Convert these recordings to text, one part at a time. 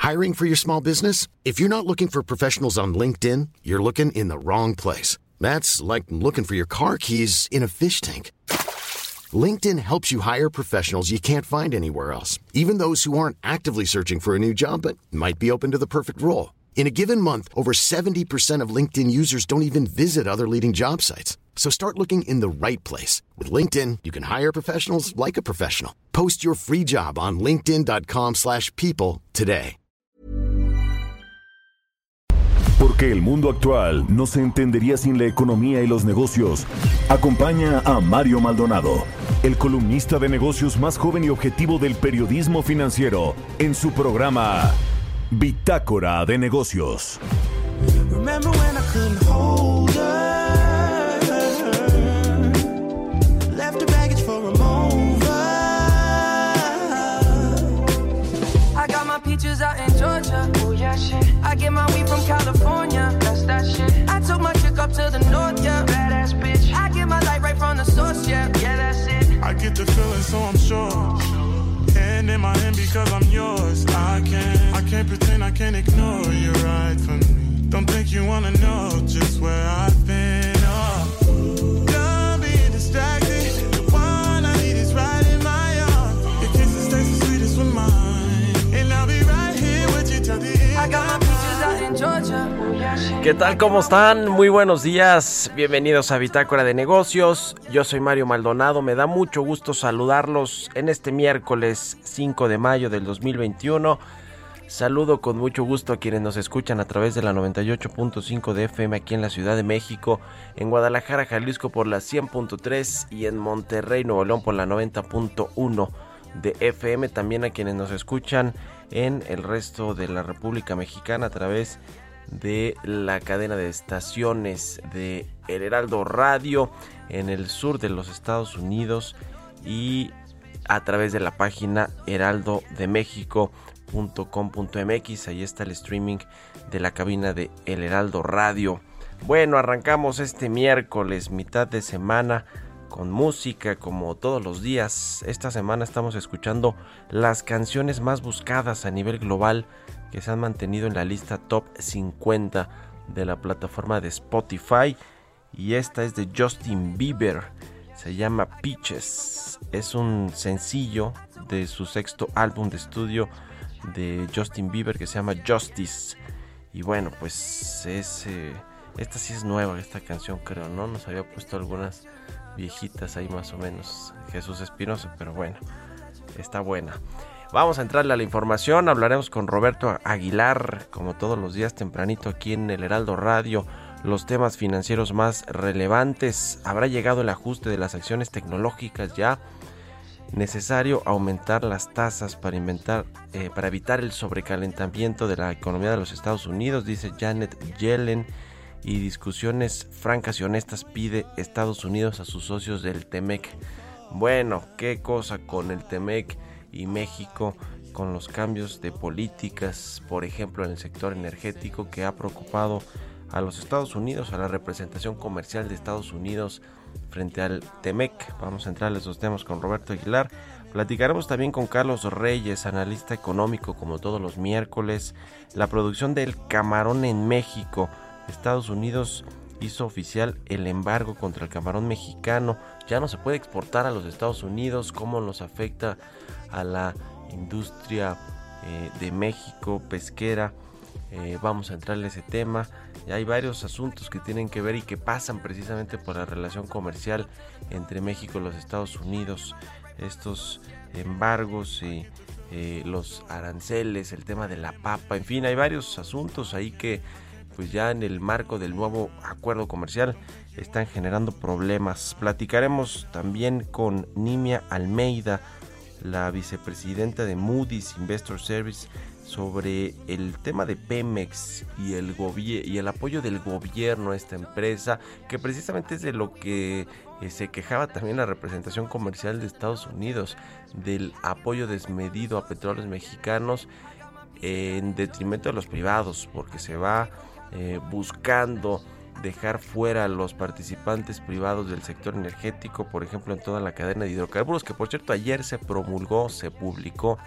Hiring for your small business? If you're not looking for professionals on LinkedIn, you're looking in the wrong place. That's like looking for your car keys in a fish tank. LinkedIn helps you hire professionals you can't find anywhere else, even those who aren't actively searching for a new job but might be open to the perfect role. In a given month, over 70% of LinkedIn users don't even visit other leading job sites. So start looking in the right place. With LinkedIn, you can hire professionals like a professional. Post your free job on linkedin.com/people today. Porque el mundo actual no se entendería sin la economía y los negocios. Acompaña a Mario Maldonado, el columnista de negocios más joven y objetivo del periodismo financiero, en su programa Bitácora de Negocios. Remember when I couldn't hold her, left her baggage for a mover. I got my peaches out in Georgia, oh yeah shit. I get my weed from California, that's that shit. I took my chick up to the north, yeah, badass bitch. I get my light right from the source, yeah, yeah that's it. I get the feeling so I'm sure. Hand in my hand because I'm yours. I can't pretend, I can't ignore you right from me. Don't think you wanna know just where I've been. Oh, done being distracted. The one I need is right in my arms. Your kisses taste the sweetest with mine, and I'll be right here with you till the end. I got my peaches out in Georgia. ¿Qué tal? ¿Cómo están? Muy buenos días. Bienvenidos a Bitácora de Negocios. Yo soy Mario Maldonado. Me da mucho gusto saludarlos en este miércoles 5 de mayo del 2021. Saludo con mucho gusto a quienes nos escuchan a través de la 98.5 de FM aquí en la Ciudad de México, en Guadalajara, Jalisco por la 100.3 y en Monterrey, Nuevo León por la 90.1 de FM. También a quienes nos escuchan en el resto de la República Mexicana a través de la cadena de estaciones de El Heraldo Radio en el sur de los Estados Unidos y a través de la página heraldodemexico.com.mx. Ahí está el streaming de la cabina de El Heraldo Radio. Bueno, arrancamos este miércoles, mitad de semana, con música como todos los días. Esta semana estamos escuchando las canciones más buscadas a nivel global que se han mantenido en la lista Top 50 de la plataforma de Spotify. Y esta es de Justin Bieber. Se llama Peaches. Es un sencillo de su sexto álbum de estudio de Justin Bieber que se llama Justice. Y bueno, pues esta sí es nueva, esta canción creo, ¿no? Nos había puesto algunas viejitas ahí más o menos Jesús Espinosa, pero bueno, está buena. Vamos a entrarle a la información. Hablaremos con Roberto Aguilar, como todos los días tempranito aquí en el Heraldo Radio, los temas financieros más relevantes. ¿Habrá llegado el ajuste de las acciones tecnológicas ya? ¿Necesario aumentar las tasas para evitar el sobrecalentamiento de la economía de los Estados Unidos? Dice Janet Yellen. Y discusiones francas y honestas pide Estados Unidos a sus socios del TEMEC. Bueno, qué cosa con el TEMEC y México, con los cambios de políticas, por ejemplo en el sector energético, que ha preocupado a los Estados Unidos, a la representación comercial de Estados Unidos frente al TEMEC. Vamos a entrar a esos temas con Roberto Aguilar. Platicaremos también con Carlos Reyes, analista económico, como todos los miércoles. La producción del camarón en México. Estados Unidos hizo oficial el embargo contra el camarón mexicano. Ya no se puede exportar a los Estados Unidos. ¿Cómo nos afecta a la industria de México pesquera? Vamos a entrarle a ese tema. Y hay varios asuntos que tienen que ver y que pasan precisamente por la relación comercial entre México y los Estados Unidos. Estos embargos y los aranceles, el tema de la papa, en fin, hay varios asuntos ahí que pues ya en el marco del nuevo acuerdo comercial están generando problemas. Platicaremos también con Nimia Almeida, la vicepresidenta de Moody's Investor Service, sobre el tema de Pemex y el apoyo del gobierno a esta empresa, que precisamente es de lo que se quejaba también la representación comercial de Estados Unidos, del apoyo desmedido a petróleos mexicanos en detrimento de los privados, porque se va buscando dejar fuera a los participantes privados del sector energético, por ejemplo en toda la cadena de hidrocarburos, que por cierto ayer se publicó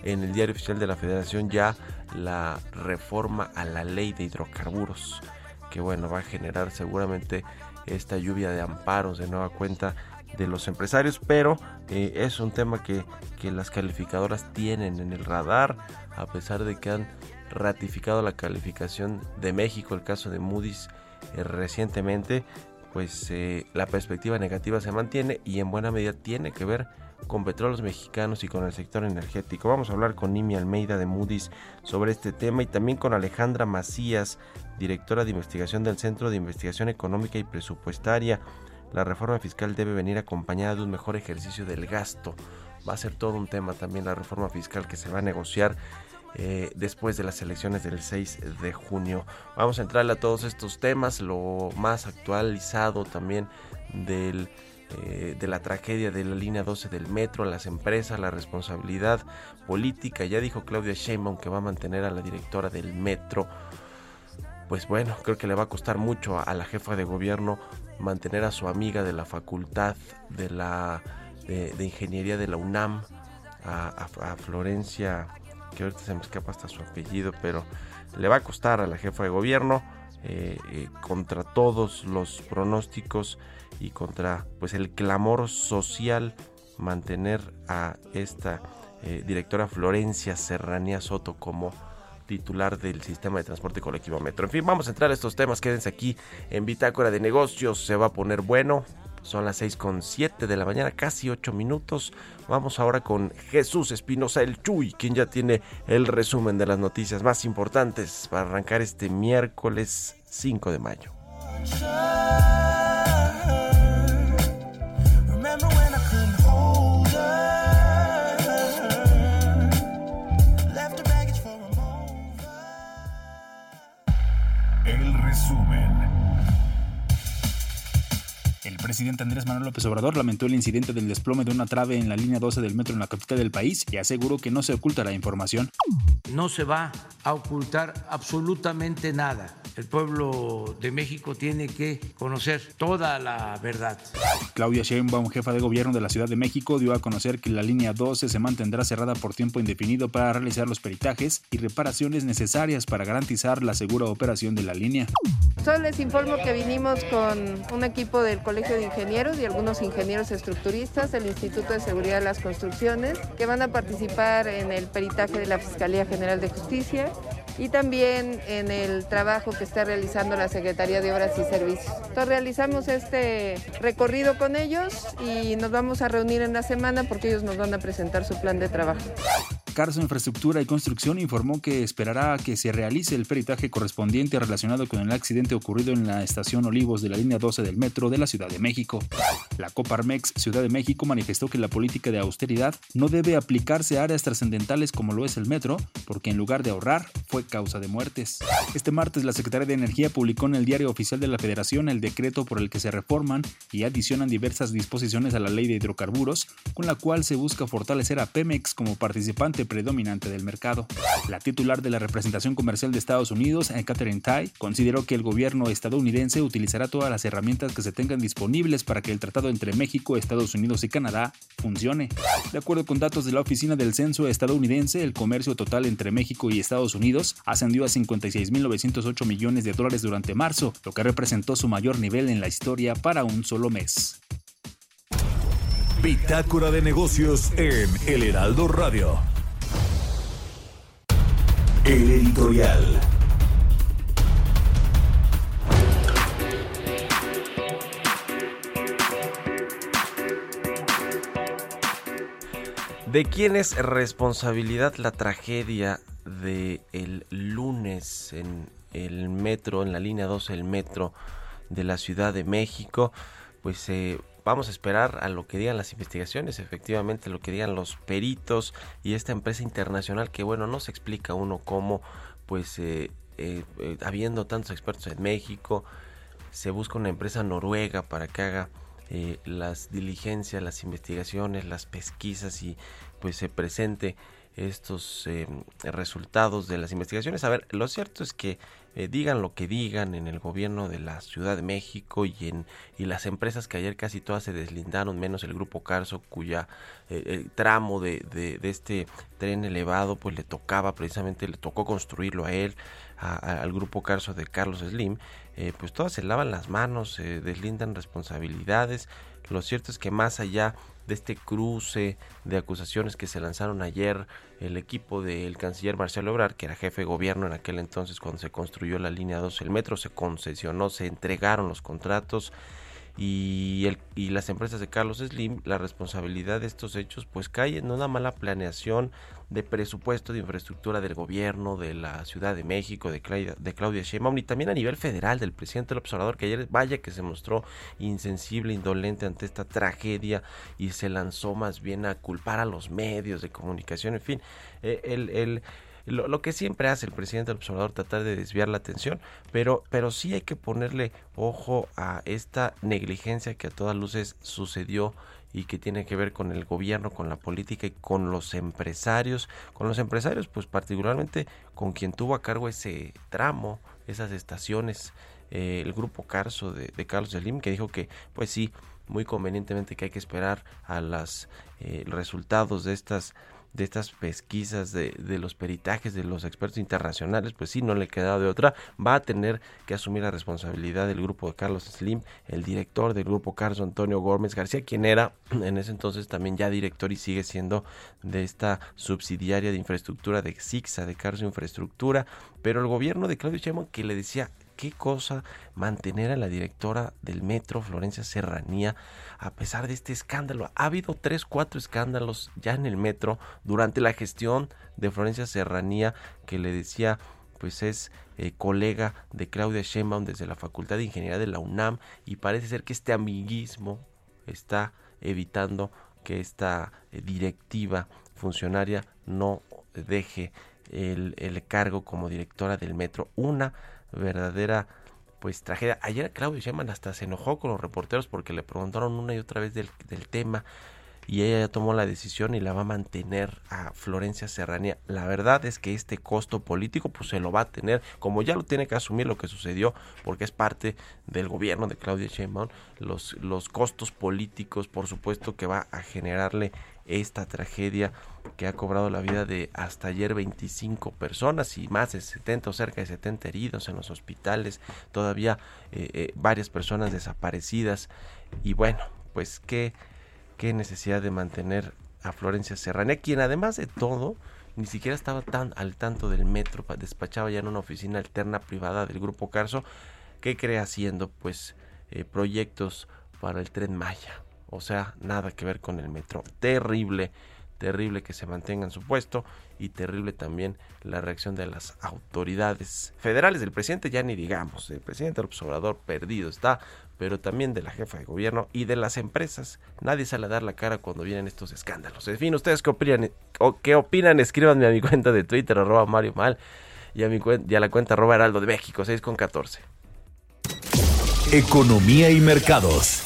en el Diario Oficial de la Federación ya la reforma a la ley de hidrocarburos, que bueno, va a generar seguramente esta lluvia de amparos de nueva cuenta de los empresarios, pero es un tema que las calificadoras tienen en el radar, a pesar de que han ratificado la calificación de México, el caso de Moody's recientemente, pues la perspectiva negativa se mantiene y en buena medida tiene que ver con Petróleos Mexicanos y con el sector energético. Vamos a hablar con Imi Almeida de Moody's sobre este tema y también con Alejandra Macías, directora de investigación del Centro de Investigación Económica y Presupuestaria. La reforma fiscal debe venir acompañada de un mejor ejercicio del gasto. Va a ser todo un tema también la reforma fiscal que se va a negociar después de las elecciones del 6 de junio. Vamos a entrarle a todos estos temas, lo más actualizado también de la tragedia de la línea 12 del metro, las empresas, la responsabilidad política. Ya dijo Claudia Sheinbaum que va a mantener a la directora del metro. Pues bueno, creo que le va a costar mucho a la jefa de gobierno mantener a su amiga de la facultad de ingeniería de la UNAM, a Florencia, que ahorita se me escapa hasta su apellido, pero le va a costar a la jefa de gobierno, contra todos los pronósticos y contra pues el clamor social, mantener a esta directora Florencia Serranía Soto como titular del sistema de transporte colectivo Metro. En fin, vamos a entrar a estos temas, quédense aquí en Bitácora de Negocios, se va a poner bueno. Son las 6:07 de la mañana, casi 8 minutos. Vamos ahora con Jesús Espinosa, el Chuy, quien ya tiene el resumen de las noticias más importantes para arrancar este miércoles 5 de mayo. El resumen. El presidente Andrés Manuel López Obrador lamentó el incidente del desplome de una trave en la línea 12 del metro en la capital del país y aseguró que no se oculta la información. No se va a ocultar absolutamente nada. El pueblo de México tiene que conocer toda la verdad. Claudia Sheinbaum, jefa de gobierno de la Ciudad de México, dio a conocer que la línea 12 se mantendrá cerrada por tiempo indefinido para realizar los peritajes y reparaciones necesarias para garantizar la segura operación de la línea. Solo les informo que vinimos con un equipo del Colegio de Ingenieros y algunos ingenieros estructuristas del Instituto de Seguridad de las Construcciones que van a participar en el peritaje de la Fiscalía General de Justicia y también en el trabajo que está realizando la Secretaría de Obras y Servicios. Entonces realizamos este recorrido con ellos y nos vamos a reunir en la semana porque ellos nos van a presentar su plan de trabajo. Carso Infraestructura y Construcción informó que esperará a que se realice el peritaje correspondiente relacionado con el accidente ocurrido en la estación Olivos de la línea 12 del metro de la Ciudad de México. La Coparmex Ciudad de México manifestó que la política de austeridad no debe aplicarse a áreas trascendentales como lo es el metro, porque en lugar de ahorrar, fue causa de muertes. Este martes, la Secretaría de Energía publicó en el Diario Oficial de la Federación el decreto por el que se reforman y adicionan diversas disposiciones a la ley de hidrocarburos, con la cual se busca fortalecer a Pemex como participante predominante del mercado. La titular de la representación comercial de Estados Unidos, Katherine Tai, consideró que el gobierno estadounidense utilizará todas las herramientas que se tengan disponibles para que el tratado entre México, Estados Unidos y Canadá funcione. De acuerdo con datos de la Oficina del Censo estadounidense, el comercio total entre México y Estados Unidos ascendió a $56,908 millones durante marzo, lo que representó su mayor nivel en la historia para un solo mes. Bitácora de Negocios en El Heraldo Radio. El editorial. ¿De quién es responsabilidad la tragedia del lunes en el metro, en la línea 12 del metro de la Ciudad de México? Pues vamos a esperar a lo que digan las investigaciones, efectivamente lo que digan los peritos y esta empresa internacional que bueno, no se explica uno cómo, pues habiendo tantos expertos en México, se busca una empresa noruega para que haga las diligencias, las investigaciones, las pesquisas y pues se presente estos resultados de las investigaciones. A ver, lo cierto es que digan lo que digan en el gobierno de la Ciudad de México y las empresas que ayer casi todas se deslindaron, menos el Grupo Carso, cuya el tramo de este tren elevado pues le tocó construirlo a él, al Grupo Carso de Carlos Slim, pues todas se lavan las manos, se deslindan responsabilidades. Lo cierto es que más allá de este cruce de acusaciones que se lanzaron ayer, el equipo del canciller Marcelo Ebrard, que era jefe de gobierno en aquel entonces cuando se construyó la línea 2, el metro se concesionó, se entregaron los contratos, y las empresas de Carlos Slim, la responsabilidad de estos hechos pues cae en una mala planeación de presupuesto de infraestructura del gobierno de la Ciudad de México, de Claudia Sheinbaum, y también a nivel federal del presidente López Obrador, que ayer vaya que se mostró insensible, indolente ante esta tragedia y se lanzó más bien a culpar a los medios de comunicación. En fin, lo que siempre hace el presidente López Obrador, tratar de desviar la atención, pero sí hay que ponerle ojo a esta negligencia que a todas luces sucedió y que tiene que ver con el gobierno, con la política y con los empresarios, pues particularmente con quien tuvo a cargo ese tramo, esas estaciones, el Grupo Carso de Carlos Slim, que dijo que pues sí, muy convenientemente que hay que esperar a los resultados de estas pesquisas, de los peritajes de los expertos internacionales. Pues sí, no le queda de otra, va a tener que asumir la responsabilidad del grupo de Carlos Slim, el director del Grupo Carso, Antonio Gómez García, quien era en ese entonces también ya director y sigue siendo de esta subsidiaria de infraestructura de Sixa, de Carso Infraestructura, pero el gobierno de Claudia Sheinbaum, que le decía qué cosa mantener a la directora del metro, Florencia Serranía, a pesar de este escándalo. Ha habido 3-4 escándalos ya en el metro durante la gestión de Florencia Serranía, que le decía pues es colega de Claudia Sheinbaum desde la Facultad de Ingeniería de la UNAM, y parece ser que este amiguismo está evitando que esta directiva funcionaria no deje el cargo como directora del metro. Una verdadera pues tragedia. Ayer Claudia Sheinbaum hasta se enojó con los reporteros porque le preguntaron una y otra vez del tema, y ella ya tomó la decisión y la va a mantener a Florencia Serranía. La verdad es que este costo político pues se lo va a tener, como ya lo tiene que asumir lo que sucedió, porque es parte del gobierno de Claudia Sheinbaum, los costos políticos, por supuesto, que va a generarle esta tragedia que ha cobrado la vida de hasta ayer 25 personas y más de 70 o cerca de 70 heridos en los hospitales, todavía varias personas desaparecidas. Y bueno, pues qué necesidad de mantener a Florencia Serranía, quien además de todo ni siquiera estaba tan al tanto del metro, despachaba ya en una oficina alterna privada del Grupo Carso, que cree haciendo pues proyectos para el Tren Maya. O sea, nada que ver con el metro. Terrible que se mantenga en su puesto, y terrible también la reacción de las autoridades federales, del presidente ya ni digamos, el presidente López Obrador perdido está, pero también de la jefa de gobierno y de las empresas. Nadie sale a dar la cara cuando vienen estos escándalos. En fin, ¿ustedes qué opinan? Escríbanme a mi cuenta de Twitter, @MarioMal, y a la cuenta @Heraldo de México, 6:14. Economía y mercados.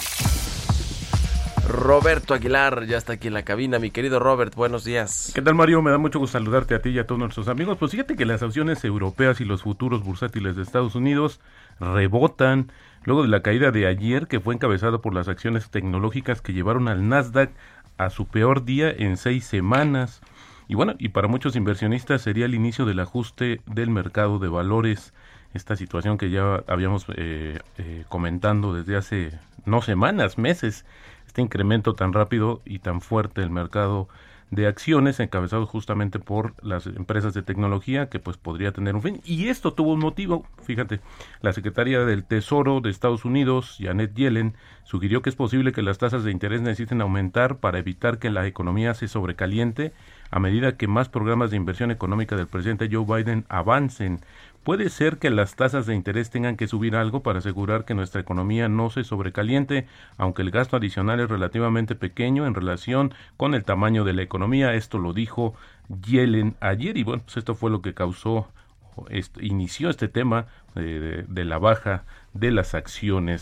Roberto Aguilar ya está aquí en la cabina. Mi querido Robert, buenos días. ¿Qué tal, Mario? Me da mucho gusto saludarte a ti y a todos nuestros amigos. Pues fíjate que las acciones europeas y los futuros bursátiles de Estados Unidos rebotan luego de la caída de ayer, que fue encabezada por las acciones tecnológicas que llevaron al Nasdaq a su peor día en 6 semanas. Y bueno, y para muchos inversionistas sería el inicio del ajuste del mercado de valores. Esta situación que ya habíamos comentando desde hace no semanas, meses, este incremento tan rápido y tan fuerte del mercado de acciones, encabezado justamente por las empresas de tecnología, que pues podría tener un fin. Y esto tuvo un motivo, fíjate, la secretaria del Tesoro de Estados Unidos, Janet Yellen, sugirió que es posible que las tasas de interés necesiten aumentar para evitar que la economía se sobrecaliente a medida que más programas de inversión económica del presidente Joe Biden avancen. Puede ser que las tasas de interés tengan que subir algo para asegurar que nuestra economía no se sobrecaliente, aunque el gasto adicional es relativamente pequeño en relación con el tamaño de la economía. Esto lo dijo Yellen ayer, y bueno, pues esto fue lo que inició este tema de la baja de las acciones.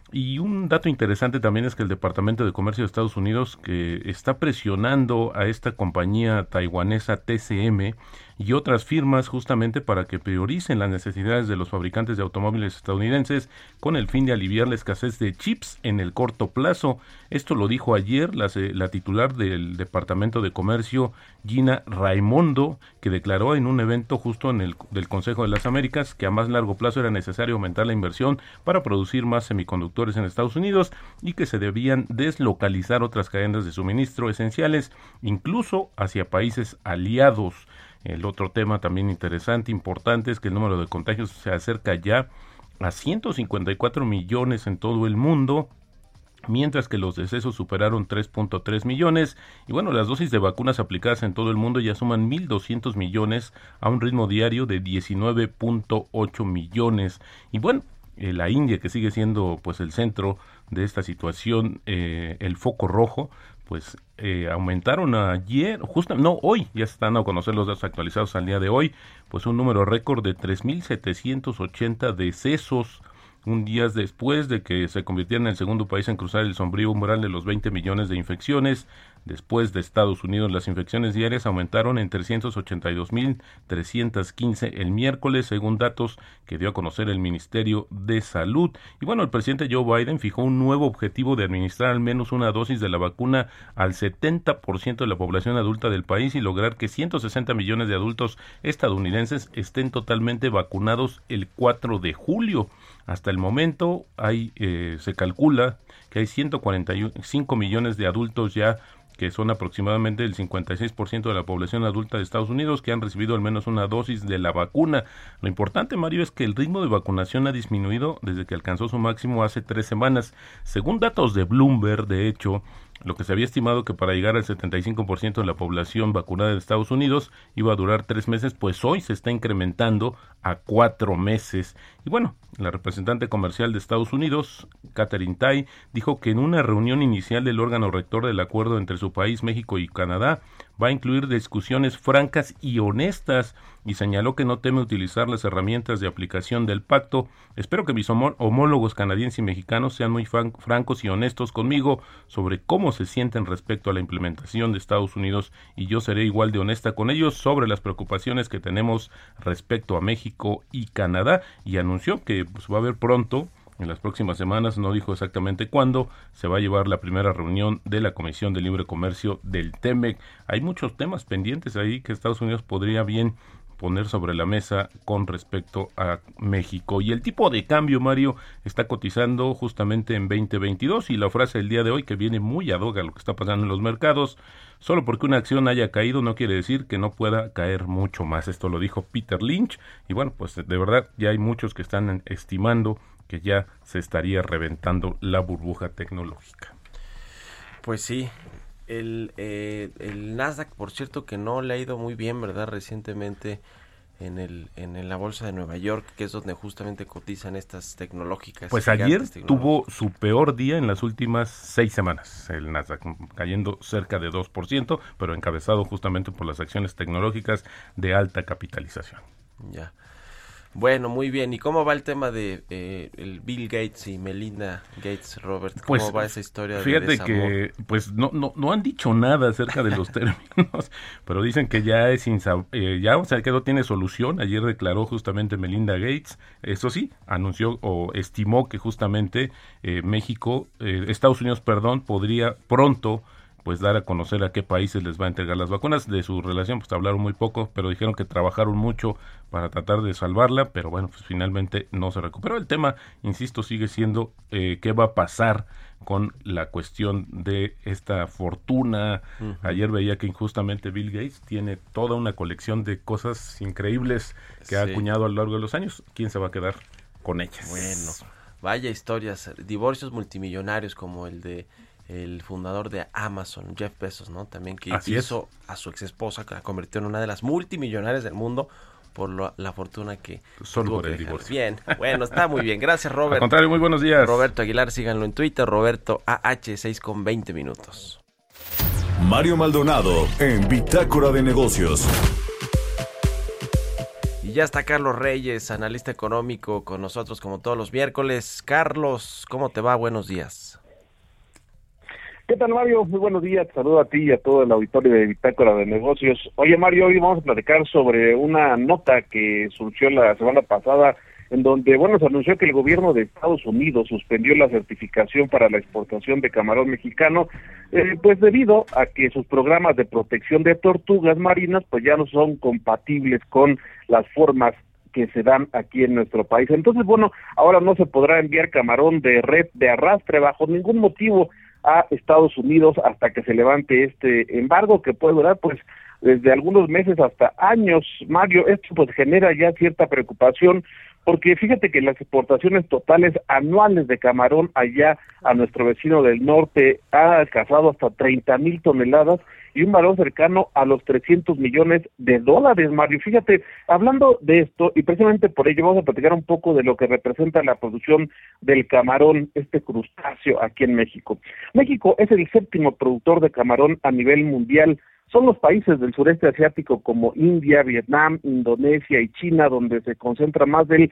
Y un dato interesante también es que el Departamento de Comercio de Estados Unidos, que está presionando a esta compañía taiwanesa TCM y otras firmas justamente para que prioricen las necesidades de los fabricantes de automóviles estadounidenses con el fin de aliviar la escasez de chips en el corto plazo. Esto lo dijo ayer la titular del Departamento de Comercio, Gina Raimondo, que declaró en un evento justo del Consejo de las Américas que a más largo plazo era necesario aumentar la inversión para producir más semiconductores en Estados Unidos y que se debían deslocalizar otras cadenas de suministro esenciales, incluso hacia países aliados. El otro tema también interesante, importante, es que el número de contagios se acerca ya a 154 millones en todo el mundo, mientras que los decesos superaron 3.3 millones. Y bueno, las dosis de vacunas aplicadas en todo el mundo ya suman 1.200 millones a un ritmo diario de 19.8 millones. Y bueno, la India, que sigue siendo pues el centro de esta situación, el foco rojo, pues aumentaron ayer, hoy, ya se están a conocer los datos actualizados al día de hoy, pues un número récord de 3.780 decesos, un día después de que se convirtiera en el segundo país en cruzar el sombrío umbral de los 20 millones de infecciones. Después de Estados Unidos, las infecciones diarias aumentaron en 382.315 el miércoles, según datos que dio a conocer el Ministerio de Salud. Y bueno, el presidente Joe Biden fijó un nuevo objetivo de administrar al menos una dosis de la vacuna al 70% de la población adulta del país y lograr que 160 millones de adultos estadounidenses estén totalmente vacunados el 4 de julio. Hasta el momento se calcula que hay 145 millones de adultos ya, que son aproximadamente el 56% de la población adulta de Estados Unidos, que han recibido al menos una dosis de la vacuna. Lo importante, Mario, es que el ritmo de vacunación ha disminuido desde que alcanzó su máximo hace 3 semanas. Según datos de Bloomberg, de hecho, lo que se había estimado que para llegar al 75% de la población vacunada de Estados Unidos iba a durar 3 meses, pues hoy se está incrementando a 4 meses. Y bueno, la representante comercial de Estados Unidos, Katherine Tai, dijo que en una reunión inicial del órgano rector del acuerdo entre su país, México y Canadá, va a incluir discusiones francas y honestas, y señaló que no teme utilizar las herramientas de aplicación del pacto. Espero que mis homólogos canadienses y mexicanos sean muy francos y honestos conmigo sobre cómo se sienten respecto a la implementación de Estados Unidos, y yo seré igual de honesta con ellos sobre las preocupaciones que tenemos respecto a México y Canadá. Y anunció que pues, va a haber pronto, en las próximas semanas, no dijo exactamente cuándo, se va a llevar la primera reunión de la Comisión de Libre Comercio del TEMEC. Hay muchos temas pendientes ahí que Estados Unidos podría bien poner sobre la mesa con respecto a México. Y el tipo de cambio, Mario, está cotizando justamente en 2022, y la frase del día de hoy, que viene muy ad hoc a lo que está pasando en los mercados: solo porque una acción haya caído no quiere decir que no pueda caer mucho más. Esto lo dijo Peter Lynch, y bueno, pues de verdad ya hay muchos que están estimando que ya se estaría reventando la burbuja tecnológica. Pues sí, el Nasdaq, por cierto, que no le ha ido muy bien, ¿verdad? Recientemente en la bolsa de Nueva York, que es donde justamente cotizan estas tecnológicas. Pues ayer tuvo su peor día en las últimas 6 semanas, el Nasdaq, cayendo cerca de 2%, pero encabezado justamente por las acciones tecnológicas de alta capitalización. Ya. Bueno, muy bien. ¿Y cómo va el tema de el Bill Gates y Melinda Gates, Robert? ¿Cómo va esa historia? Fíjate que pues no han dicho nada acerca de los términos, pero dicen que ya que no tiene solución. Ayer declaró justamente Melinda Gates, eso sí, anunció o estimó que justamente Estados Unidos, podría pronto pues dar a conocer a qué países les va a entregar las vacunas. De su relación pues hablaron muy poco, pero dijeron que trabajaron mucho para tratar de salvarla, pero bueno, pues finalmente no se recuperó. El tema, insisto, sigue siendo qué va a pasar con la cuestión de esta fortuna. Uh-huh. Ayer veía que injustamente Bill Gates tiene toda una colección de cosas increíbles que ha acuñado a lo largo de los años. ¿Quién se va a quedar con ellas? Bueno, vaya historias, divorcios multimillonarios como el de el fundador de Amazon, Jeff Bezos, ¿no? También que hizo a su ex esposa, que la convirtió en una de las multimillonarias del mundo por la fortuna que solo tuvo por el divorcio. Bien, bueno, está muy bien. Gracias, Robert. Al contrario, muy buenos días. Roberto Aguilar, síganlo en Twitter, Roberto AH, 6:20. Mario Maldonado en Bitácora de Negocios. Y ya está Carlos Reyes, analista económico, con nosotros como todos los miércoles. Carlos, ¿cómo te va? Buenos días. ¿Qué tal, Mario? Muy buenos días. Saludo a ti y a todo el auditorio de Bitácora de Negocios. Oye, Mario, hoy vamos a platicar sobre una nota que surgió la semana pasada en donde, se anunció que el gobierno de Estados Unidos suspendió la certificación para la exportación de camarón mexicano, pues debido a que sus programas de protección de tortugas marinas pues ya no son compatibles con las formas que se dan aquí en nuestro país. Entonces, ahora no se podrá enviar camarón de red de arrastre bajo ningún motivo a Estados Unidos hasta que se levante este embargo, que puede durar pues desde algunos meses hasta años. Mario, esto pues genera ya cierta preocupación, porque fíjate que las exportaciones totales anuales de camarón allá a nuestro vecino del norte ha alcanzado hasta 30,000 toneladas y un valor cercano a los $300 millones, Mario. Fíjate, hablando de esto, y precisamente por ello vamos a platicar un poco de lo que representa la producción del camarón, este crustáceo aquí en México. México es el 7º productor de camarón a nivel mundial. Son los países del sureste asiático como India, Vietnam, Indonesia y China donde se concentra más del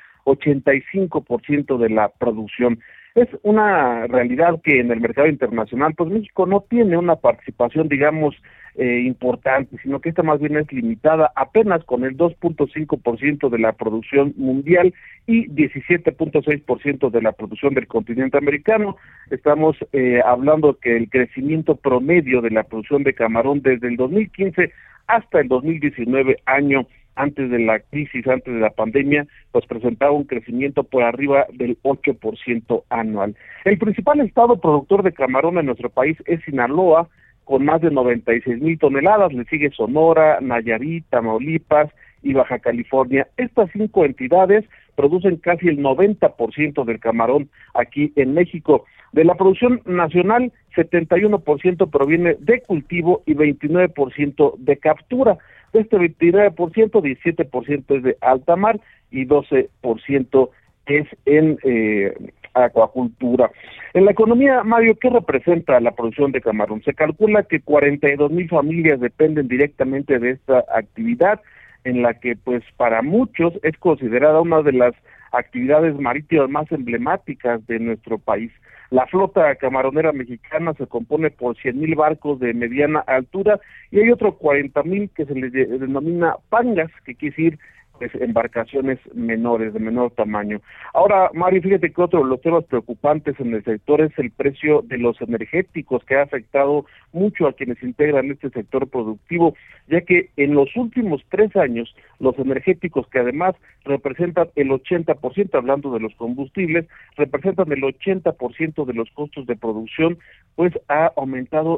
85% de la producción. Es una realidad que en el mercado internacional, pues México no tiene una participación, importante, sino que esta más bien es limitada apenas con el 2.5% de la producción mundial y 17.6% de la producción del continente americano. Estamos hablando que el crecimiento promedio de la producción de camarón desde el 2015 hasta el 2019, año antes de la crisis, antes de la pandemia, pues presentaba un crecimiento por arriba del 8% anual. El principal estado productor de camarón en nuestro país es Sinaloa, con más de 96,000 toneladas, le sigue Sonora, Nayarit, Tamaulipas y Baja California. Estas 5 entidades producen casi el 90% del camarón aquí en México. De la producción nacional, 71% proviene de cultivo y 29% de captura. De este 29%, 17% es de alta mar y 12% es en acuacultura. En la economía, Mario, ¿qué representa la producción de camarón? Se calcula que 42,000 familias dependen directamente de esta actividad, en la que pues para muchos es considerada una de las actividades marítimas más emblemáticas de nuestro país. La flota camaronera mexicana se compone por 100,000 barcos de mediana altura y hay otros 40,000 que se les denomina pangas, que quiere decir pues embarcaciones menores, de menor tamaño. Ahora, Mario, fíjate que otro de los temas preocupantes en el sector es el precio de los energéticos, que ha afectado mucho a quienes integran este sector productivo, ya que en los últimos 3 años, los energéticos, que además representan el 80%, hablando de los combustibles, representan el 80% de los costos de producción, pues ha aumentado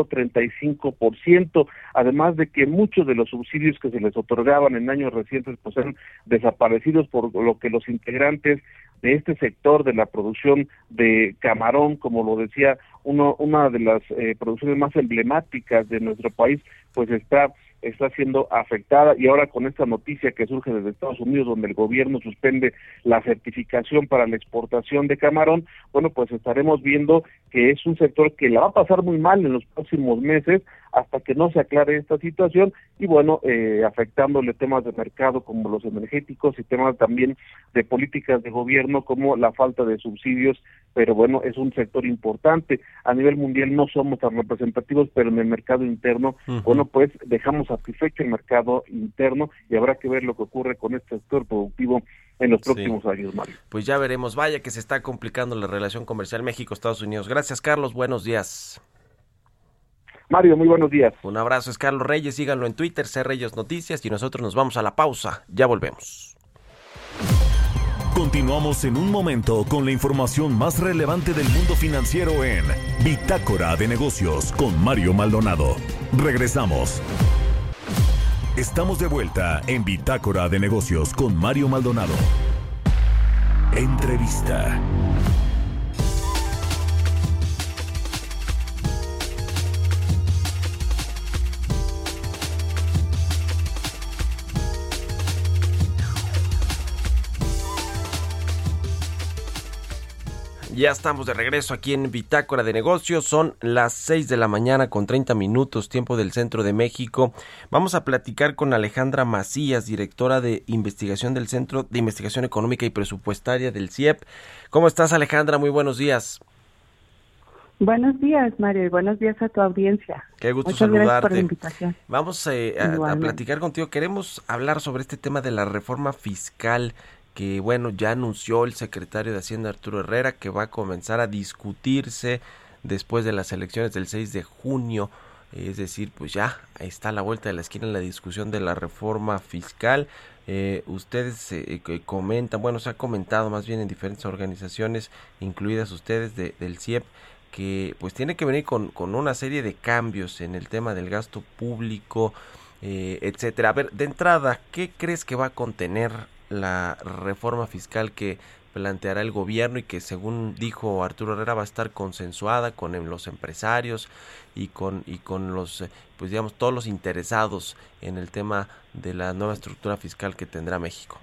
135%, además de que muchos de los subsidios que se les otorgaban en años recientes pues han desaparecidos, por lo que los integrantes de este sector de la producción de camarón, como lo decía, una de las producciones más emblemáticas de nuestro país, pues está siendo afectada, y ahora con esta noticia que surge desde Estados Unidos, donde el gobierno suspende la certificación para la exportación de camarón, pues estaremos viendo que es un sector que la va a pasar muy mal en los próximos meses hasta que no se aclare esta situación, y afectándole temas de mercado como los energéticos y temas también de políticas de gobierno como la falta de subsidios, pero es un sector importante. A nivel mundial no somos tan representativos, pero en el mercado interno, pues dejamos satisfecho el mercado interno y habrá que ver lo que ocurre con este sector productivo en los próximos años, Mario. Pues ya veremos. Vaya que se está complicando la relación comercial México-Estados Unidos. Gracias, Carlos. Buenos días. Mario, muy buenos días. Un abrazo, es Carlos Reyes. Síganlo en Twitter, C.Reyes Noticias, y nosotros nos vamos a la pausa. Ya volvemos. Continuamos en un momento con la información más relevante del mundo financiero en Bitácora de Negocios con Mario Maldonado. Regresamos. Estamos de vuelta en Bitácora de Negocios con Mario Maldonado. Entrevista. Ya estamos de regreso aquí en Bitácora de Negocios. Son las 6 de la mañana con 30 minutos, tiempo del centro de México. Vamos a platicar con Alejandra Macías, directora de investigación del Centro de Investigación Económica y Presupuestaria del CIEP. ¿Cómo estás, Alejandra? Muy buenos días. Buenos días, Mario, y buenos días a tu audiencia. Qué gusto Muchas saludarte. Gracias por la invitación. Vamos a platicar contigo. Queremos hablar sobre este tema de la reforma fiscal que, bueno, ya anunció el secretario de Hacienda, Arturo Herrera, que va a comenzar a discutirse después de las elecciones del 6 de junio. Es decir, pues ya está a la vuelta de la esquina la discusión de la reforma fiscal. Ustedes comentan, bueno, se ha comentado más bien en diferentes organizaciones, incluidas ustedes del CIEP, que pues tiene que venir con una serie de cambios en el tema del gasto público, etcétera. A ver, de entrada, ¿qué crees que va a contener la reforma fiscal que planteará el gobierno y que, según dijo Arturo Herrera, va a estar consensuada con los empresarios y con los, pues digamos, todos los interesados en el tema de la nueva estructura fiscal que tendrá México?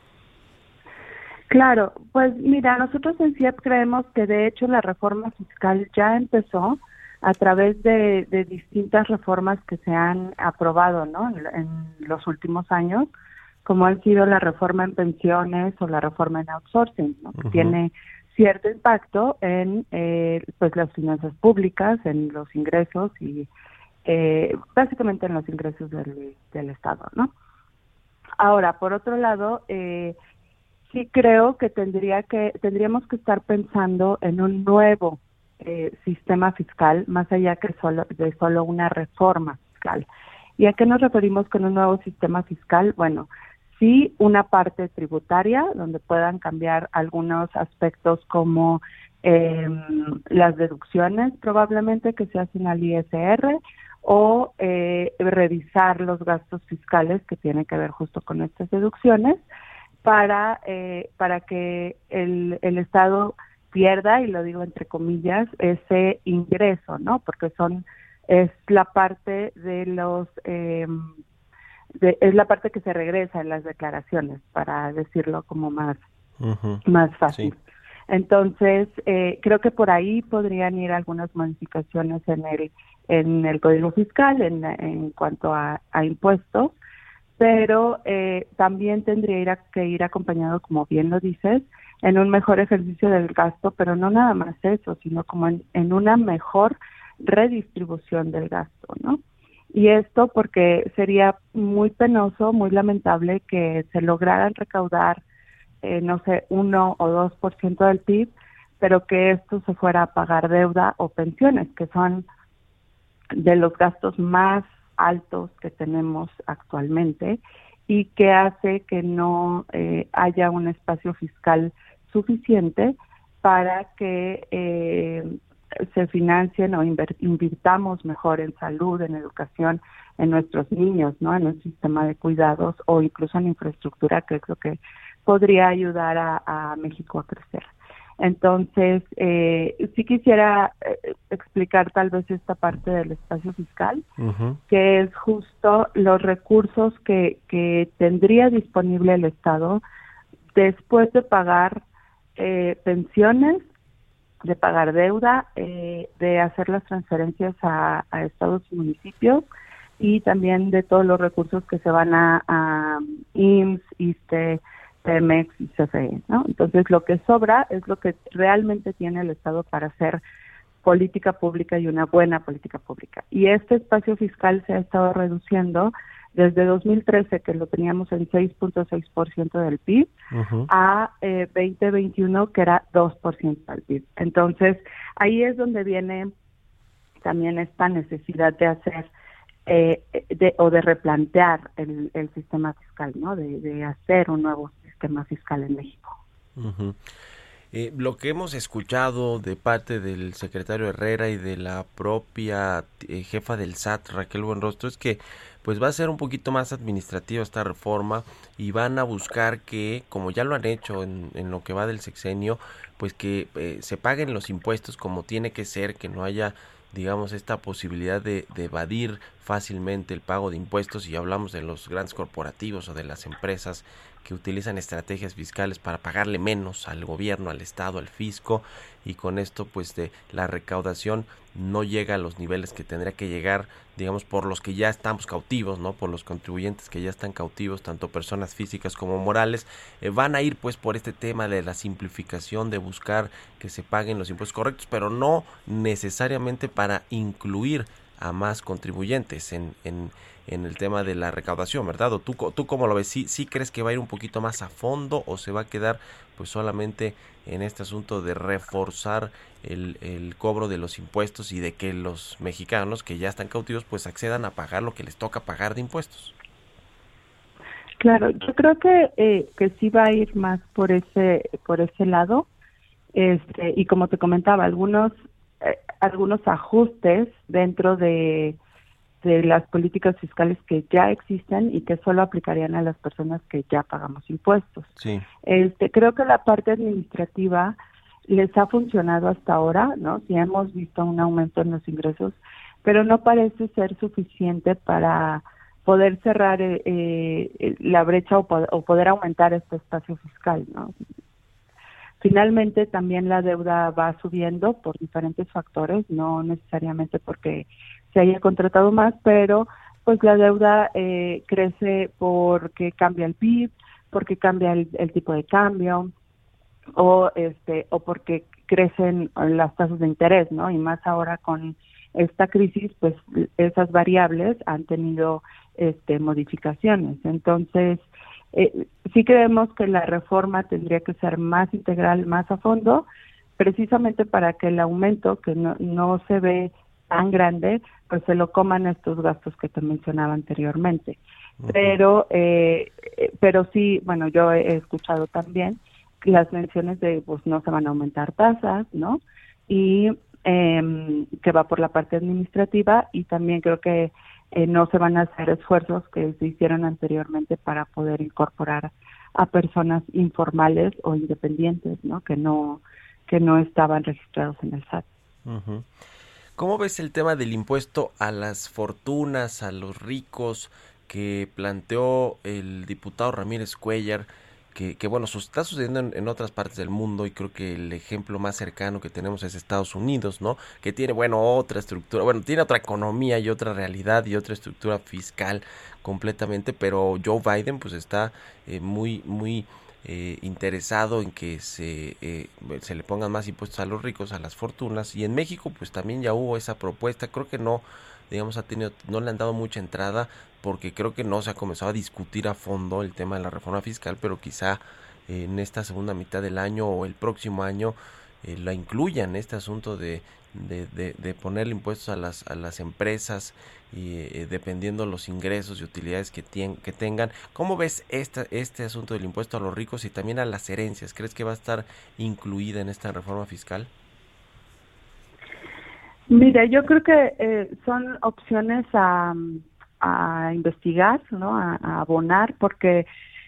Claro, pues mira, nosotros en CIEP creemos que de hecho la reforma fiscal ya empezó a través de distintas reformas que se han aprobado, ¿no?, en los últimos años, como han sido la reforma en pensiones o la reforma en outsourcing, ¿no? Que tiene cierto impacto en pues las finanzas públicas, en los ingresos y básicamente en los ingresos del Estado, ¿no? Ahora, por otro lado, sí creo que tendríamos que estar pensando en un nuevo sistema fiscal, más allá que solo una reforma fiscal. ¿Y a qué nos referimos con un nuevo sistema fiscal? Bueno, sí, una parte tributaria, donde puedan cambiar algunos aspectos como las deducciones probablemente que se hacen al ISR, o revisar los gastos fiscales que tienen que ver justo con estas deducciones, para que el Estado pierda, y lo digo entre comillas, ese ingreso, ¿no? Porque es la parte de los es la parte que se regresa en las declaraciones, para decirlo como más fácil. Sí. Entonces, creo que por ahí podrían ir algunas modificaciones en el Código Fiscal en cuanto a impuestos, pero también tendría que ir acompañado, como bien lo dices, en un mejor ejercicio del gasto, pero no nada más eso, sino como en una mejor redistribución del gasto, ¿no? Y esto porque sería muy penoso, muy lamentable que se lograran recaudar, 1 o 2% del PIB, pero que esto se fuera a pagar deuda o pensiones, que son de los gastos más altos que tenemos actualmente, y que hace que no haya un espacio fiscal suficiente para que se financien o invirtamos mejor en salud, en educación, en nuestros niños, ¿no?, en un sistema de cuidados o incluso en infraestructura, que es lo que podría ayudar a México a crecer. Entonces, sí quisiera explicar tal vez esta parte del espacio fiscal, que es justo los recursos que tendría disponible el Estado después de pagar pensiones, de pagar deuda, de hacer las transferencias a estados y municipios, y también de todos los recursos que se van a IMSS, ISSSTE, Pemex y CFE, ¿no? Entonces, lo que sobra es lo que realmente tiene el Estado para hacer política pública, y una buena política pública. Y este espacio fiscal se ha estado reduciendo desde 2013, que lo teníamos en 6.6% del PIB, a 2021, que era 2% del PIB. Entonces, ahí es donde viene también esta necesidad de hacer de replantear el sistema fiscal, ¿no? De hacer un nuevo sistema fiscal en México. Lo que hemos escuchado de parte del secretario Herrera y de la propia jefa del SAT, Raquel Buenrostro, es que pues va a ser un poquito más administrativa esta reforma, y van a buscar que, como ya lo han hecho en lo que va del sexenio, pues que se paguen los impuestos como tiene que ser, que no haya, digamos, esta posibilidad de evadir fácilmente el pago de impuestos, y hablamos de los grandes corporativos o de las empresas que utilizan estrategias fiscales para pagarle menos al gobierno, al Estado, al fisco, y con esto pues de la recaudación no llega a los niveles que tendría que llegar, digamos, por los que ya estamos cautivos, ¿no? Por los contribuyentes que ya están cautivos, tanto personas físicas como morales. Van a ir pues por este tema de la simplificación, de buscar que se paguen los impuestos correctos, pero no necesariamente para incluir a más contribuyentes en el tema de la recaudación, ¿verdad? ¿O tú cómo lo ves? ¿Sí crees que va a ir un poquito más a fondo o se va a quedar pues solamente en este asunto de reforzar el cobro de los impuestos y de que los mexicanos que ya están cautivos pues accedan a pagar lo que les toca pagar de impuestos? Claro, yo creo que sí va a ir más por ese lado, y como te comentaba, algunos ajustes dentro de las políticas fiscales que ya existen y que solo aplicarían a las personas que ya pagamos impuestos. Sí. Creo que la parte administrativa les ha funcionado hasta ahora, ¿no? Sí hemos visto un aumento en los ingresos, pero no parece ser suficiente para poder cerrar la brecha o poder aumentar este espacio fiscal, ¿no? Finalmente también la deuda va subiendo por diferentes factores, no necesariamente porque se haya contratado más, pero pues la deuda crece porque cambia el PIB, porque cambia el tipo de cambio, o porque crecen las tasas de interés, ¿no? Y más ahora con esta crisis, pues esas variables han tenido modificaciones. Entonces, sí creemos que la reforma tendría que ser más integral, más a fondo, precisamente para que el aumento, que no se ve tan grande, pues se lo coman estos gastos que te mencionaba anteriormente. Uh-huh. Pero sí, bueno, yo he escuchado también las menciones de pues no se van a aumentar tasas, ¿no? Y que va por la parte administrativa, y también creo que no se van a hacer esfuerzos que se hicieron anteriormente para poder incorporar a personas informales o independientes, ¿no? Que no estaban registrados en el SAT. Uh-huh. ¿Cómo ves el tema del impuesto a las fortunas, a los ricos, que planteó el diputado Ramírez Cuéllar? Que bueno, está sucediendo en otras partes del mundo, y creo que el ejemplo más cercano que tenemos es Estados Unidos, ¿no? Que tiene, otra estructura, tiene otra economía y otra realidad y otra estructura fiscal completamente, pero Joe Biden pues está muy interesado en que se le pongan más impuestos a los ricos, a las fortunas, y en México pues también ya hubo esa propuesta. Creo que no le han dado mucha entrada, porque creo que no se ha comenzado a discutir a fondo el tema de la reforma fiscal, pero quizá en esta segunda mitad del año o el próximo año la incluyan, este asunto de ponerle impuestos a las empresas, y dependiendo los ingresos y utilidades que tengan. ¿Cómo ves este asunto del impuesto a los ricos y también a las herencias? ¿Crees que va a estar incluida en esta reforma fiscal? Mira, yo creo que son opciones a investigar, ¿no? A abonar, porque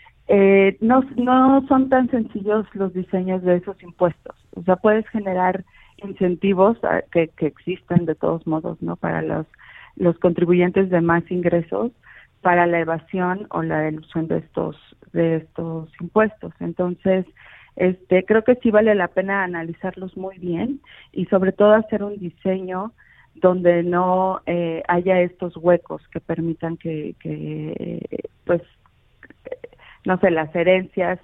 no son tan sencillos los diseños de esos impuestos. O sea, puedes generar incentivos que existen de todos modos, ¿no? Para los contribuyentes de más ingresos, para la evasión o la elusión de estos impuestos. Entonces, creo que sí vale la pena analizarlos muy bien, y sobre todo hacer un diseño donde no haya estos huecos que permitan que pues, no sé, las herencias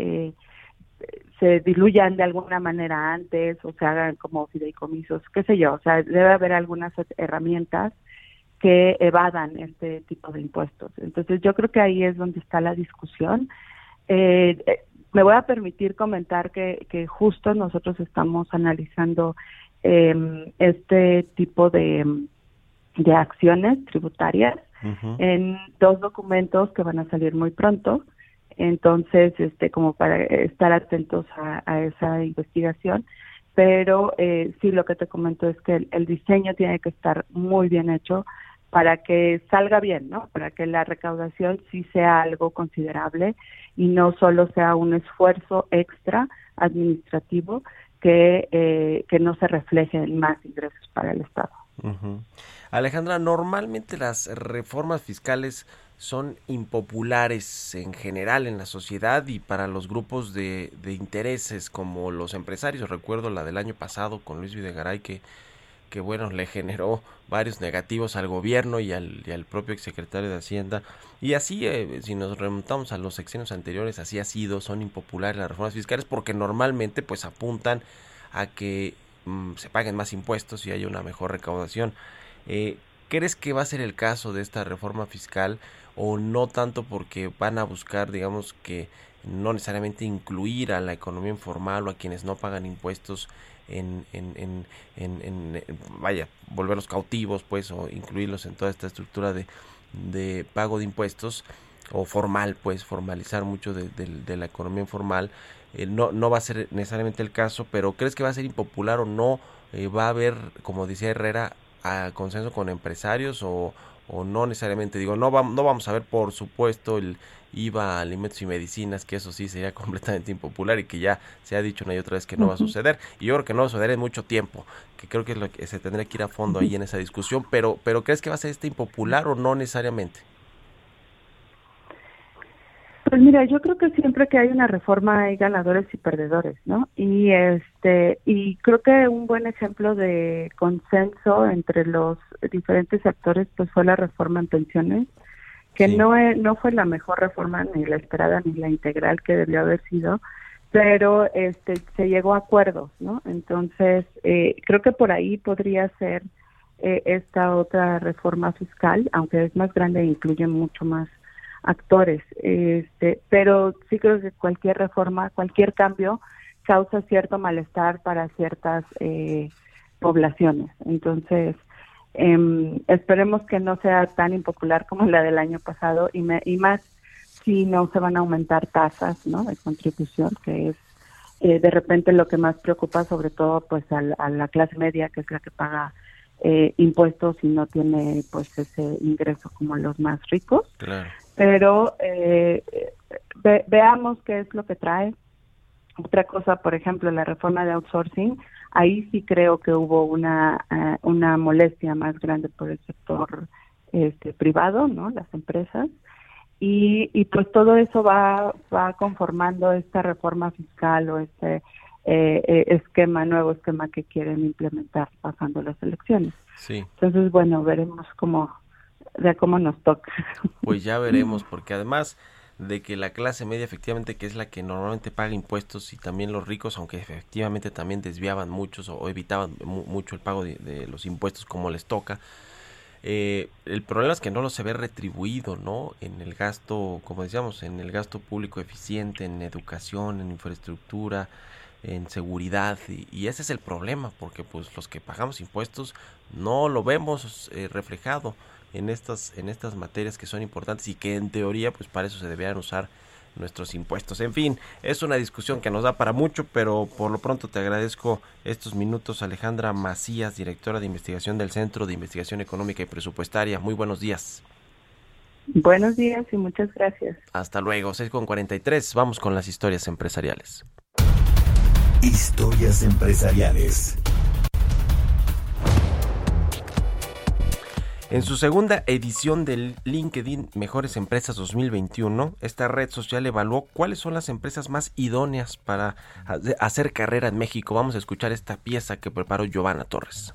se diluyan de alguna manera antes, o se hagan como fideicomisos, qué sé yo. O sea, debe haber algunas herramientas que evadan este tipo de impuestos. Entonces, yo creo que ahí es donde está la discusión. Me voy a permitir comentar que justo nosotros estamos analizando este tipo de acciones tributarias uh-huh. en 2 documentos que van a salir muy pronto. Entonces, como para estar atentos a esa investigación. Pero sí, lo que te comento es que el diseño tiene que estar muy bien hecho para que salga bien, ¿no? Para que la recaudación sí sea algo considerable y no solo sea un esfuerzo extra administrativo que no se refleje en más ingresos para el Estado. Alejandra, normalmente las reformas fiscales son impopulares en general en la sociedad y para los grupos de intereses como los empresarios. Recuerdo la del año pasado con Luis Videgaray que bueno, le generó varios negativos al gobierno y al propio exsecretario de Hacienda. Y así, si nos remontamos a los sexenios anteriores, así ha sido, son impopulares las reformas fiscales porque normalmente pues apuntan a que se paguen más impuestos y haya una mejor recaudación. ¿Crees que va a ser el caso de esta reforma fiscal o no tanto porque van a buscar, digamos, que no necesariamente incluir a la economía informal o a quienes no pagan impuestos volverlos cautivos, pues, o incluirlos en toda esta estructura de pago de impuestos o formal, pues, formalizar mucho de la economía informal? No va a ser necesariamente el caso, pero ¿crees que va a ser impopular o no? ¿Va a haber, como decía Herrera, a consenso con empresarios o no necesariamente? Digo, no vamos a ver, por supuesto, el IVA a alimentos y medicinas, que eso sí sería completamente impopular y que ya se ha dicho una y otra vez que no va a suceder, y yo creo que no va a suceder en mucho tiempo, que creo que es lo que se tendría que ir a fondo ahí en esa discusión, pero ¿crees que va a ser impopular o no necesariamente? Pues mira, yo creo que siempre que hay una reforma hay ganadores y perdedores, ¿no? Y creo que un buen ejemplo de consenso entre los diferentes actores pues fue la reforma en pensiones, que sí, no fue la mejor reforma ni la esperada ni la integral que debió haber sido, pero se llegó a acuerdos, ¿no? Entonces, creo que por ahí podría ser esta otra reforma fiscal, aunque es más grande e incluye mucho más actores, pero sí creo que cualquier reforma, cualquier cambio causa cierto malestar para ciertas poblaciones. Entonces, esperemos que no sea tan impopular como la del año pasado y más si no se van a aumentar tasas, ¿no?, de contribución, que es de repente lo que más preocupa, sobre todo pues a la clase media, que es la que paga impuestos y no tiene pues ese ingreso como los más ricos. Claro. Pero veamos qué es lo que trae. Otra cosa, por ejemplo, la reforma de outsourcing, ahí sí creo que hubo una molestia más grande por el sector privado, ¿no?, las empresas, y pues todo eso va conformando esta reforma fiscal o nuevo esquema que quieren implementar pasando las elecciones. Sí. Entonces, bueno, veremos cómo nos toca. Pues ya veremos, porque además de que la clase media efectivamente, que es la que normalmente paga impuestos, y también los ricos, aunque efectivamente también desviaban muchos o evitaban mucho el pago de los impuestos como les toca, el problema es que no lo se ve retribuido, ¿no?, en el gasto, como decíamos, en el gasto público eficiente, en educación, en infraestructura, en seguridad, y ese es el problema, porque pues los que pagamos impuestos no lo vemos reflejado en estas materias que son importantes y que en teoría pues para eso se deberían usar nuestros impuestos. En fin, es una discusión que nos da para mucho, pero por lo pronto te agradezco estos minutos, Alejandra Macías, directora de investigación del Centro de Investigación Económica y Presupuestaria. Muy buenos días. Buenos días y muchas gracias. Hasta luego, 6:43, vamos con las historias empresariales. Historias empresariales. En su segunda edición del LinkedIn Mejores Empresas 2021, esta red social evaluó cuáles son las empresas más idóneas para hacer carrera en México. Vamos a escuchar esta pieza que preparó Giovanna Torres.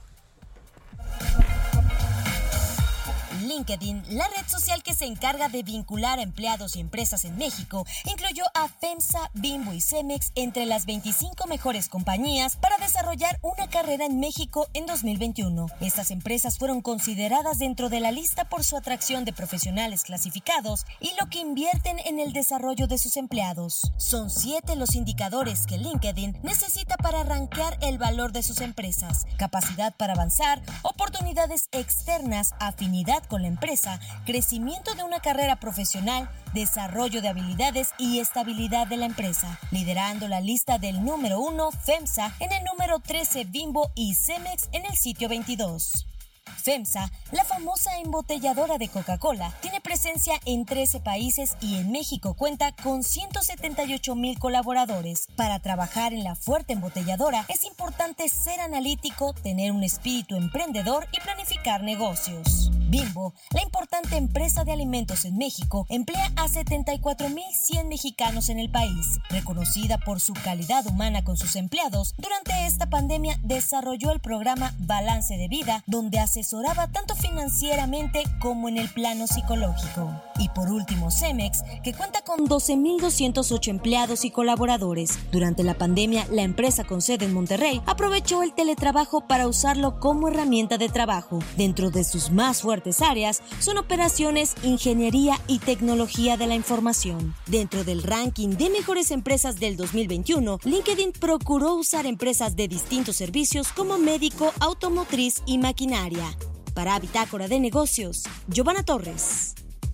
LinkedIn, la red social que se encarga de vincular a empleados y empresas en México, incluyó a FEMSA, Bimbo y Cemex entre las 25 mejores compañías para desarrollar una carrera en México en 2021. Estas empresas fueron consideradas dentro de la lista por su atracción de profesionales clasificados y lo que invierten en el desarrollo de sus empleados. Son 7 los indicadores que LinkedIn necesita para rankear el valor de sus empresas: capacidad para avanzar, oportunidades externas, afinidad con la empresa, crecimiento de una carrera profesional, desarrollo de habilidades y estabilidad de la empresa. Liderando la lista del número 1, FEMSA, en el número 13, Bimbo y Cemex en el sitio 22. FEMSA, la famosa embotelladora de Coca-Cola, tiene presencia en 13 países y en México cuenta con 178,000 colaboradores. Para trabajar en la fuerte embotelladora es importante ser analítico, tener un espíritu emprendedor y planificar negocios. Bimbo, la importante empresa de alimentos en México, emplea a 74,100 mexicanos en el país. Reconocida por su calidad humana con sus empleados, durante esta pandemia desarrolló el programa Balance de Vida, donde asesoraba tanto financieramente como en el plano psicológico. Y por último, Cemex, que cuenta con 12,208 empleados y colaboradores. Durante la pandemia, la empresa con sede en Monterrey aprovechó el teletrabajo para usarlo como herramienta de trabajo. Dentro de sus más fuertes áreas son operaciones, ingeniería y tecnología de la información. Dentro del ranking de mejores empresas del 2021, LinkedIn procuró usar empresas de distintos servicios como médico, automotriz y maquinaria. Para Bitácora de Negocios, Giovanna Torres.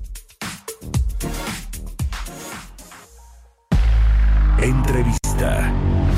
Entrevista.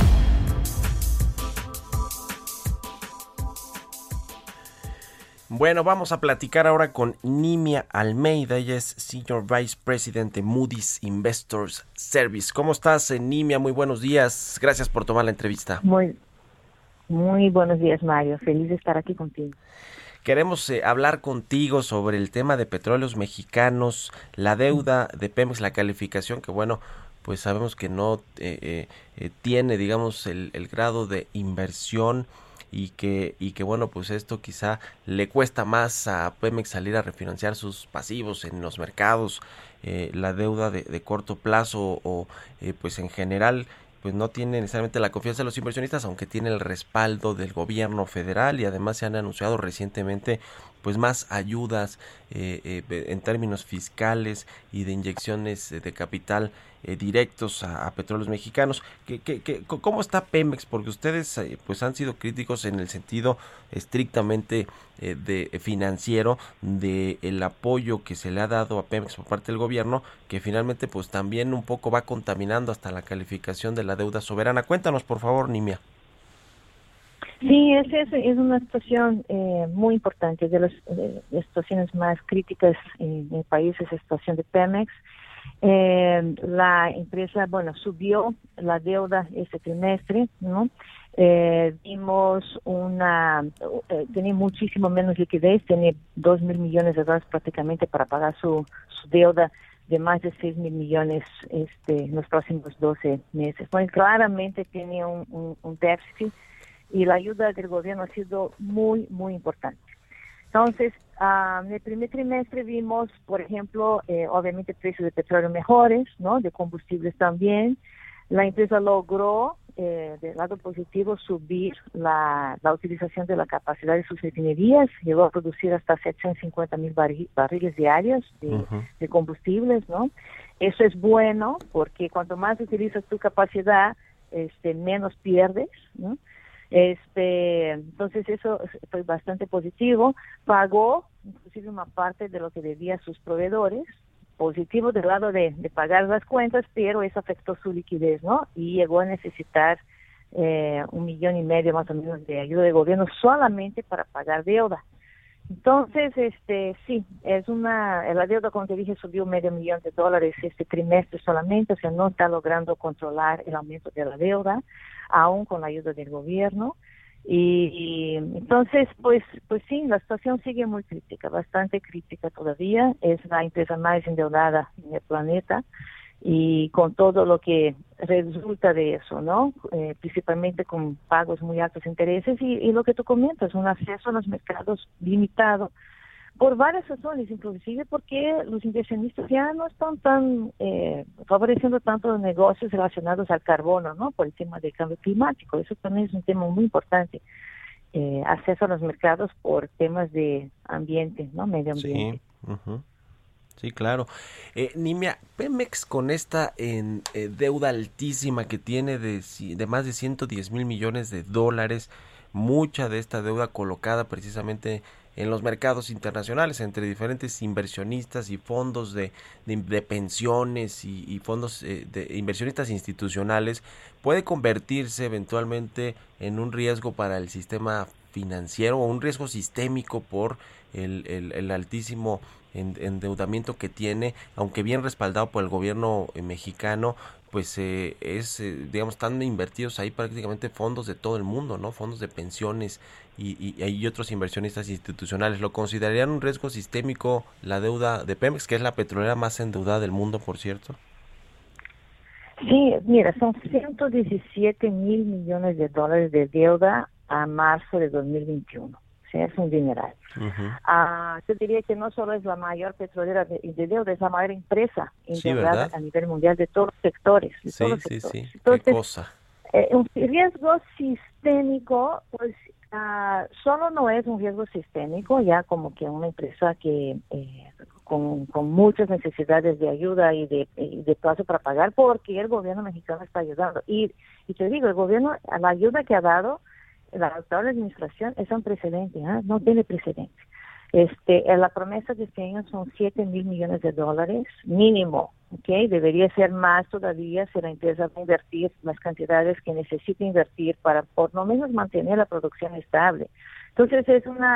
Bueno, vamos a platicar ahora con Nimia Almeida. Ella es Senior Vice President de Moody's Investors Service. ¿Cómo estás, Nimia? Muy buenos días. Gracias por tomar la entrevista. Muy buenos días, Mario. Feliz de estar aquí contigo. Queremos hablar contigo sobre el tema de Petróleos Mexicanos, la deuda de Pemex, la calificación que, bueno, pues sabemos que no tiene, digamos, el grado de inversión y que bueno, pues esto quizá le cuesta más a Pemex salir a refinanciar sus pasivos en los mercados, la deuda de corto plazo o pues en general pues no tiene necesariamente la confianza de los inversionistas, aunque tiene el respaldo del gobierno federal, y además se han anunciado recientemente pues más ayudas en términos fiscales y de inyecciones de capital directos a Petróleos Mexicanos. ¿Cómo está Pemex? Porque ustedes pues han sido críticos en el sentido estrictamente de financiero de el apoyo que se le ha dado a Pemex por parte del gobierno, que finalmente pues también un poco va contaminando hasta la calificación de la deuda soberana. Cuéntanos, por favor, Nimia. Sí, es una situación muy importante, de las situaciones más críticas en el país es la situación de Pemex. La empresa, subió la deuda este trimestre, ¿no? Vimos tenía muchísimo menos liquidez, tenía 2,000 millones de dólares prácticamente para pagar su deuda de más de 6,000 millones en los próximos 12 meses. Bueno, claramente tenía un déficit y la ayuda del gobierno ha sido muy, muy importante. Entonces, en el primer trimestre vimos, por ejemplo, obviamente precios de petróleo mejores, ¿no? De combustibles también. La empresa logró, del lado positivo, subir la utilización de la capacidad de sus refinerías. Llegó a producir hasta 750,000 barriles diarios de combustibles, ¿no? Eso es bueno porque cuanto más utilizas tu capacidad, menos pierdes, ¿no? Entonces eso fue bastante positivo. Pagó inclusive una parte de lo que debía a sus proveedores, positivo del lado de pagar las cuentas, pero eso afectó su liquidez, ¿no? Y llegó a necesitar 1,5 millones más o menos de ayuda de gobierno solamente para pagar deuda. Entonces, sí, la deuda, como te dije, subió $500,000 este trimestre solamente, o sea, no está logrando controlar el aumento de la deuda, aún con la ayuda del gobierno. Y entonces, pues sí, la situación sigue muy crítica, bastante crítica todavía. Es la empresa más endeudada en el planeta y con todo lo que resulta de eso, ¿no? Principalmente con pagos muy altos de intereses y lo que tú comentas, un acceso a los mercados limitado por varias razones, inclusive porque los inversionistas ya no están tan favoreciendo tanto los negocios relacionados al carbono, ¿no? Por el tema del cambio climático. Eso también es un tema muy importante. Acceso a los mercados por temas de ambiente, ¿no? Medio ambiente. Sí. Sí, claro. Nimia, Pemex con esta deuda altísima que tiene de más de 110,000 millones de dólares, mucha de esta deuda colocada precisamente en los mercados internacionales entre diferentes inversionistas y fondos de pensiones y fondos de inversionistas institucionales, puede convertirse eventualmente en un riesgo para el sistema financiero o un riesgo sistémico por el altísimo endeudamiento que tiene, aunque bien respaldado por el gobierno mexicano, pues digamos, están invertidos ahí prácticamente fondos de todo el mundo, ¿no? Fondos de pensiones y otros inversionistas institucionales. ¿Lo considerarían un riesgo sistémico la deuda de Pemex, que es la petrolera más endeudada del mundo, por cierto? Sí, mira, son 117 mil millones de dólares de deuda a marzo de 2021. O sea, es un dineral. Yo diría que no solo es la mayor petrolera de deuda, es la mayor empresa endeudada a nivel mundial de todos los sectores. Sí. Entonces, qué cosa. Un riesgo sistémico, pues solo no es un riesgo sistémico, ya como que una empresa que con muchas necesidades de ayuda y de plazo para pagar, porque el gobierno mexicano está ayudando. Y te digo, el gobierno, la ayuda que ha dado la actual administración es un precedente, no tiene precedente. La promesa de este año son 7 mil millones de dólares mínimo, ¿okay? Debería ser más todavía si la empresa va a invertir las cantidades que necesita invertir para por lo menos mantener la producción estable. Entonces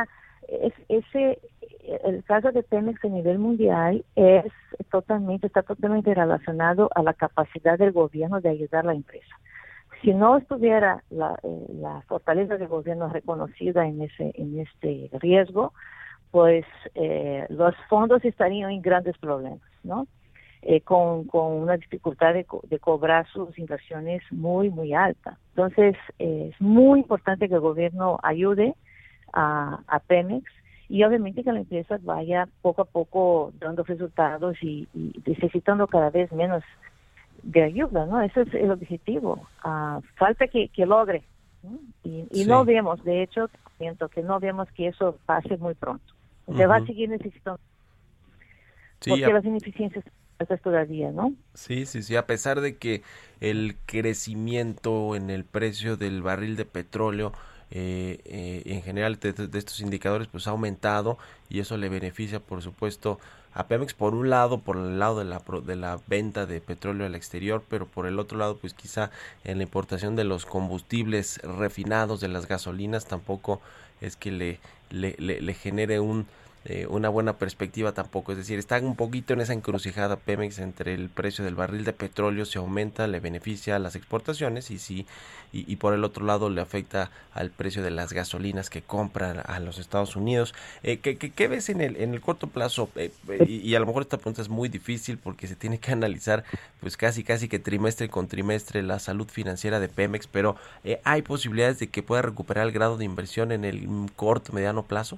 el caso de Pemex a nivel mundial está totalmente relacionado a la capacidad del gobierno de ayudar a la empresa. Si no estuviera la fortaleza del gobierno reconocida en este riesgo, pues los fondos estarían en grandes problemas, ¿no? Con una dificultad de cobrar sus inversiones muy, muy alta. Entonces, es muy importante que el gobierno ayude a Pemex y obviamente que la empresa vaya poco a poco dando resultados y necesitando cada vez menos de ayuda, ¿no? Ese es el objetivo. Falta que logre, ¿no? Y no vemos, de hecho, siento que no vemos que eso pase muy pronto. Se va a seguir necesitando. Porque las ineficiencias todavía, ¿no? Sí, a pesar de que el crecimiento en el precio del barril de petróleo en general de estos indicadores pues ha aumentado y eso le beneficia por supuesto a Pemex por un lado, por el lado de la venta de petróleo al exterior, pero por el otro lado pues quizá en la importación de los combustibles refinados, de las gasolinas, tampoco es que le genere una buena perspectiva tampoco. Es decir, está un poquito en esa encrucijada Pemex entre el precio del barril de petróleo, se aumenta, le beneficia a las exportaciones y por el otro lado le afecta al precio de las gasolinas que compran a los Estados Unidos. ¿Qué ves en el corto plazo? Y a lo mejor esta pregunta es muy difícil porque se tiene que analizar pues casi que trimestre con trimestre la salud financiera de Pemex, pero ¿hay posibilidades de que pueda recuperar el grado de inversión en el corto, mediano plazo?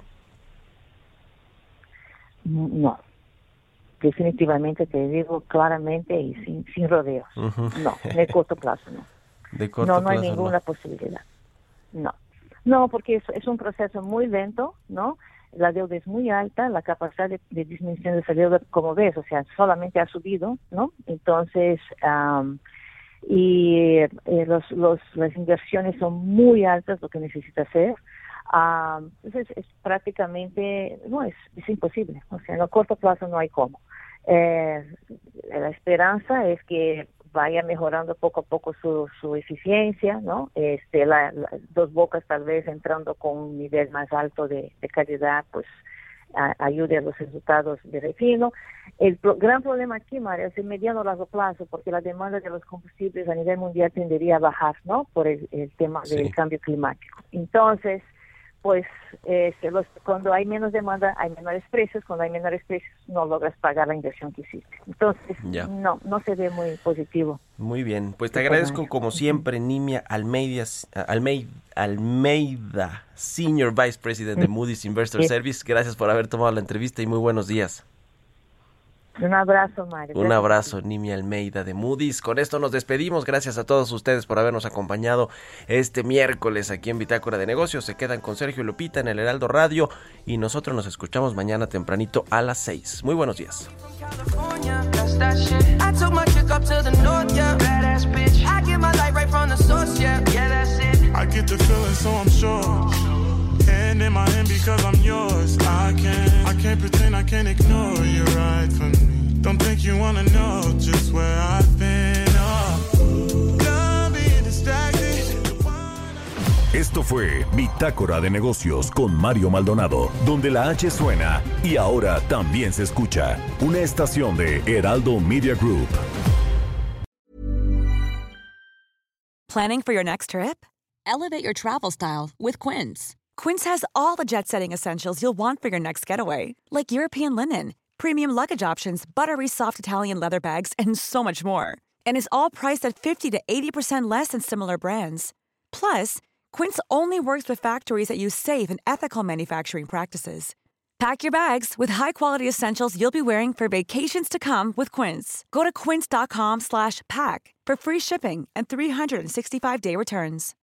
No, definitivamente te digo claramente y sin rodeos. No, de corto plazo no. No hay ninguna posibilidad. No, porque es un proceso muy lento, ¿no? La deuda es muy alta, la capacidad de disminución de esa deuda, como ves, o sea, solamente ha subido, ¿no? Entonces, las inversiones son muy altas, lo que necesita hacer. Entonces es prácticamente, es imposible, o sea, en el corto plazo no hay cómo. La esperanza es que vaya mejorando poco a poco su eficiencia, ¿no? Dos Bocas tal vez entrando con un nivel más alto de calidad, pues ayude a los resultados de refino. El gran problema aquí, María, es el mediano largo plazo, porque la demanda de los combustibles a nivel mundial tendería a bajar, ¿no? Por el tema del cambio climático. Entonces, pues cuando hay menos demanda hay menores precios, cuando hay menores precios no logras pagar la inversión que hiciste. Entonces no se ve muy positivo. Muy bien, pues te agradezco como siempre, Nimia Almeida, Senior Vice President de Moody's Investor Service. Gracias por haber tomado la entrevista y muy buenos días. Un abrazo, Mario. Un abrazo, Nimia Almeida de Moody's. Con esto nos despedimos. Gracias a todos ustedes por habernos acompañado este miércoles aquí en Bitácora de Negocios. Se quedan con Sergio y Lupita en el Heraldo Radio y nosotros nos escuchamos mañana tempranito a las 6. Muy buenos días. And in my hand because I'm yours. I can't pretend, I can't ignore you right from me. Don't think you wanna know just where I've been. Don't be distracted. Esto fue Bitácora de Negocios con Mario Maldonado, donde la H suena y ahora también se escucha. Una estación de Heraldo Media Group. Planning for your next trip? Elevate your travel style with Quince. Quince has all the jet-setting essentials you'll want for your next getaway, like European linen, premium luggage options, buttery soft Italian leather bags, and so much more. And is all priced at 50 to 80% less than similar brands. Plus, Quince only works with factories that use safe and ethical manufacturing practices. Pack your bags with high-quality essentials you'll be wearing for vacations to come with Quince. Go to quince.com/pack for free shipping and 365-day returns.